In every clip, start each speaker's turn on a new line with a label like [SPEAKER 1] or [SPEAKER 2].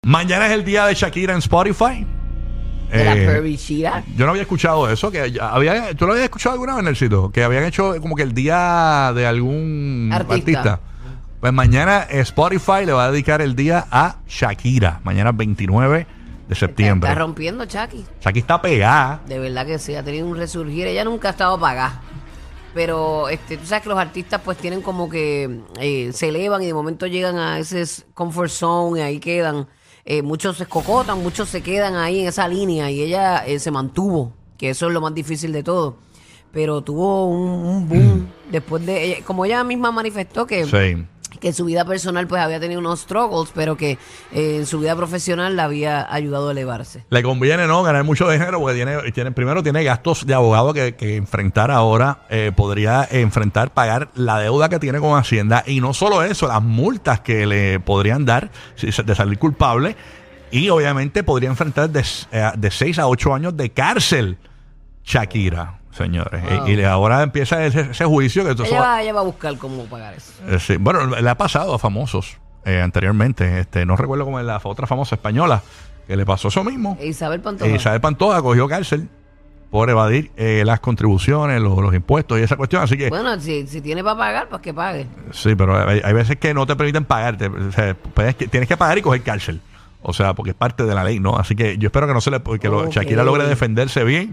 [SPEAKER 1] Mañana es el día de Shakira en Spotify.
[SPEAKER 2] De la pervichira.
[SPEAKER 1] Yo no había escuchado eso. ¿Tú lo habías escuchado alguna vez, Nercito? Que habían hecho como que el día de algún artista. Pues mañana Spotify le va a dedicar el día a Shakira. Mañana 29 de septiembre.
[SPEAKER 2] Está rompiendo Shakira.
[SPEAKER 1] Shakira está pegada.
[SPEAKER 2] De verdad que sí, ha tenido un resurgir. Ella nunca ha estado apagada. Pero tú sabes que los artistas pues tienen como que se elevan y de momento llegan a ese comfort zone y ahí quedan. Muchos se escocotan, muchos se quedan ahí en esa línea y ella se mantuvo, que eso es lo más difícil de todo. Pero tuvo un boom después de... como ella misma manifestó que...
[SPEAKER 1] Sí.
[SPEAKER 2] Que en su vida personal pues había tenido unos struggles, pero que en su vida profesional la había ayudado a elevarse.
[SPEAKER 1] Le conviene, ¿no? Ganar mucho dinero porque primero tiene gastos de abogado que enfrentar ahora. Podría enfrentar, pagar la deuda que tiene con Hacienda. Y no solo eso, las multas que le podrían dar de salir culpable. Y obviamente podría enfrentar de 6 a 8 años de cárcel Shakira. Señores, wow. Y ahora empieza ese juicio que
[SPEAKER 2] ella va a buscar cómo pagar eso.
[SPEAKER 1] Sí. Bueno, le ha pasado a famosos anteriormente. No recuerdo cómo es la otra famosa española que le pasó eso mismo.
[SPEAKER 2] Isabel Pantoja.
[SPEAKER 1] Isabel Pantoja cogió cárcel por evadir las contribuciones, los impuestos y esa cuestión. Así que
[SPEAKER 2] bueno, si tiene para pagar, pues que pague.
[SPEAKER 1] Sí, pero hay veces que no te permiten pagarte. O sea, tienes que pagar y coger cárcel. O sea, porque es parte de la ley, ¿no? Así que yo espero que Shakira logre defenderse bien.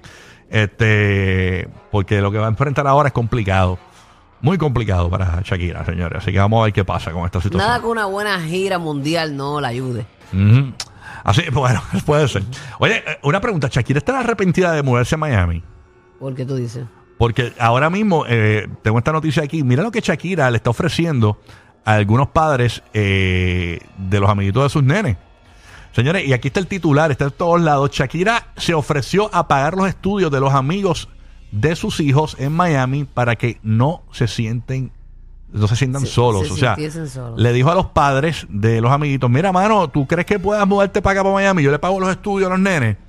[SPEAKER 1] Porque lo que va a enfrentar ahora es complicado, muy complicado para Shakira, señores. Así que vamos a ver qué pasa con esta situación.
[SPEAKER 2] Nada que una buena gira mundial no la ayude.
[SPEAKER 1] Así, bueno, puede ser. Oye, una pregunta: ¿Shakira está arrepentida de mudarse a Miami?
[SPEAKER 2] ¿Por qué tú dices?
[SPEAKER 1] Porque ahora mismo tengo esta noticia aquí. Mira lo que Shakira le está ofreciendo a algunos padres de los amiguitos de sus nenes. Señores, y aquí está el titular, está en todos lados. Shakira se ofreció a pagar los estudios de los amigos de sus hijos en Miami para que no se sientan solos. O sea, le dijo a los padres de los amiguitos: mira, mano, ¿tú crees que puedas mudarte para acá, para Miami? Yo le pago los estudios a los nenes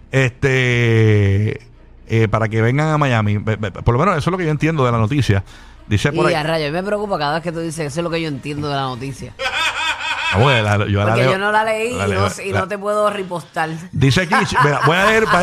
[SPEAKER 1] para que vengan a Miami. Por lo menos eso es lo que yo entiendo de la noticia. Dice por ahí.
[SPEAKER 2] A rayo, me preocupa cada vez que tú dices eso es lo que yo entiendo de la noticia.
[SPEAKER 1] Porque yo
[SPEAKER 2] no la leí y no te puedo ripostar.
[SPEAKER 1] Dice aquí, mira, voy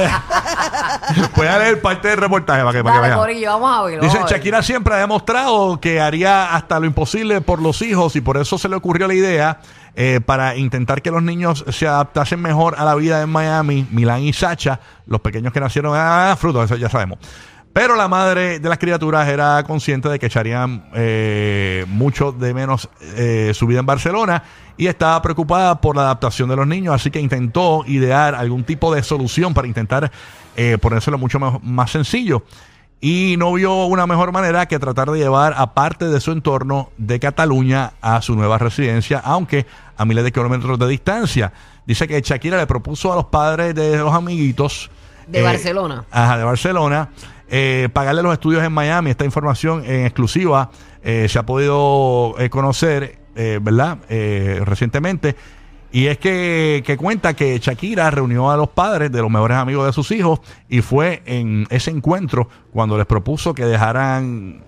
[SPEAKER 1] a leer parte del reportaje para que vean.
[SPEAKER 2] Corillo, vamos a ver.
[SPEAKER 1] Dice: Shakira siempre ha demostrado que haría hasta lo imposible por los hijos y por eso se le ocurrió la idea para intentar que los niños se adaptasen mejor a la vida en Miami. Milán y Sacha, los pequeños que nacieron frutos, eso ya sabemos. Pero la madre de las criaturas era consciente de que echarían mucho de menos su vida en Barcelona y estaba preocupada por la adaptación de los niños, así que intentó idear algún tipo de solución para intentar ponérselo mucho más sencillo. Y no vio una mejor manera que tratar de llevar a parte de su entorno de Cataluña a su nueva residencia, aunque a miles de kilómetros de distancia. Dice que Shakira le propuso a los padres de los amiguitos
[SPEAKER 2] de Barcelona.
[SPEAKER 1] De Barcelona. Pagarle los estudios en Miami. Esta información en exclusiva se ha podido conocer, ¿verdad? Recientemente. Y es que cuenta que Shakira reunió a los padres de los mejores amigos de sus hijos y fue en ese encuentro cuando les propuso que dejasen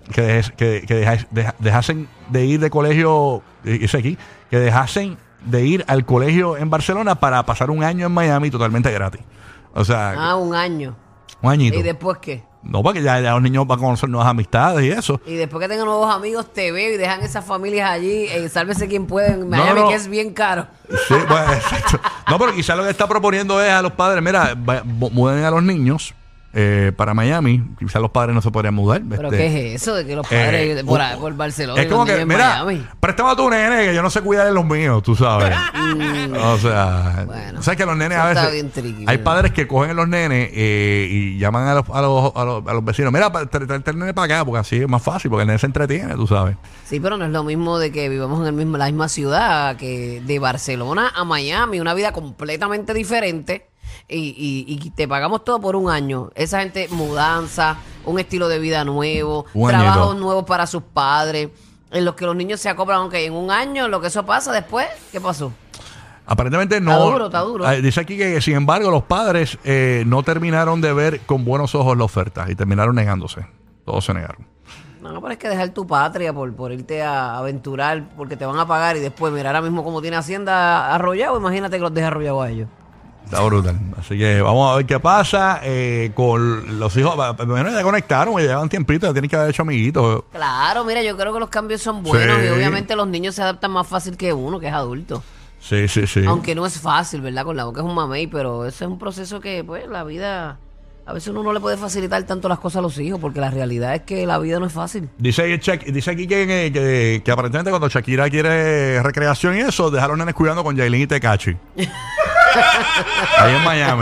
[SPEAKER 1] de ir de colegio, que dejasen de ir al colegio en Barcelona para pasar un año en Miami totalmente gratis. O sea,
[SPEAKER 2] un año.
[SPEAKER 1] Un añito.
[SPEAKER 2] ¿Y después qué?
[SPEAKER 1] No, porque ya los niños van a conocer nuevas amistades y eso.
[SPEAKER 2] Y después que tengan nuevos amigos, te veo y dejan esas familias allí. Sálvese quien puede en Miami, que es bien caro.
[SPEAKER 1] Sí, bueno, exacto. No, pero quizás lo que está proponiendo es a los padres: mira, muden a los niños para Miami. Quizás los padres no se podrían mudar.
[SPEAKER 2] ¿Pero qué es eso de que los padres por Barcelona?
[SPEAKER 1] Es como que, mira, préstame a tu nene, que yo no sé cuidar de los míos, tú sabes. O sea, bueno, sabes que los nenes a veces hay padres que cogen a los nenes y llaman a los vecinos: mira, trae el nene para acá, porque así es más fácil, porque el nene se entretiene, tú sabes.
[SPEAKER 2] Sí, pero no es lo mismo de que vivamos en la misma ciudad, que de Barcelona a Miami, una vida completamente diferente. Y te pagamos todo por un año. Esa gente, mudanza, un estilo de vida nuevo, trabajos nuevos para sus padres, en los que los niños se acoplan, aunque en un año lo que eso pasa después, ¿qué pasó?
[SPEAKER 1] Aparentemente no. Está duro. Dice aquí que, sin embargo, los padres no terminaron de ver con buenos ojos la oferta y terminaron negándose. Todos se negaron.
[SPEAKER 2] No, pero es que dejar tu patria por irte a aventurar, porque te van a pagar y después, mira, ahora mismo como tiene Hacienda arrollado, imagínate que los deja arrollados a ellos.
[SPEAKER 1] Está brutal. Así que vamos a ver qué pasa con los hijos. Bueno, ya conectaron, ya llevan tiempito, ya tienen que haber hecho amiguitos.
[SPEAKER 2] Claro, mira, yo creo que los cambios son buenos
[SPEAKER 1] Sí.
[SPEAKER 2] y obviamente los niños se adaptan más fácil que uno, que es adulto.
[SPEAKER 1] Sí.
[SPEAKER 2] Aunque no es fácil, ¿verdad? Con la boca es un mamey, pero ese es un proceso que, pues, la vida... A veces uno no le puede facilitar tanto las cosas a los hijos, porque la realidad es que la vida no es fácil.
[SPEAKER 1] Dice aquí que aparentemente cuando Shakira quiere recreación y eso, deja a los nenes cuidando con Yailin y Tekashi. Ahí en Miami.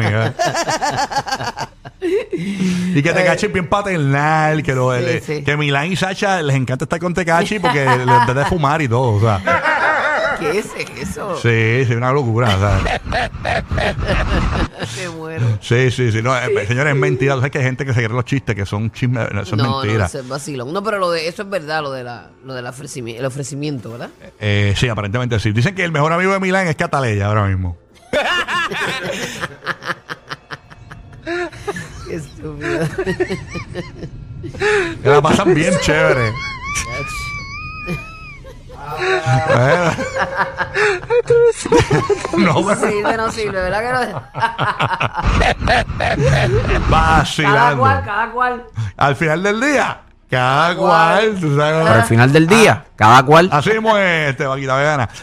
[SPEAKER 1] Y que Tekashi es bien paternal, que,
[SPEAKER 2] Sí.
[SPEAKER 1] que Milán y Sacha les encanta estar con Tekashi porque les da de fumar y todo. O sea.
[SPEAKER 2] ¿Qué es eso?
[SPEAKER 1] Sí, una locura. O sea.
[SPEAKER 2] Me muero.
[SPEAKER 1] Sí. No, señores, es mentira. Tú sabes que hay gente que se cree los chistes, que son chismes, eso es mentira.
[SPEAKER 2] No, eso es vacilón. No, pero eso es verdad, el ofrecimiento, ¿verdad?
[SPEAKER 1] Sí, aparentemente sí. Dicen que el mejor amigo de Milán es Cataleya ahora mismo.
[SPEAKER 2] Qué estúpido.
[SPEAKER 1] Que la pasan bien chévere. No,
[SPEAKER 2] No sirve, ¿verdad que no?
[SPEAKER 1] vacilando.
[SPEAKER 2] Cada cual.
[SPEAKER 1] Al final del día, cada cual. Tú sabes,
[SPEAKER 3] Al final del día, cada cual.
[SPEAKER 1] así mismo es, Vaquita Vegana.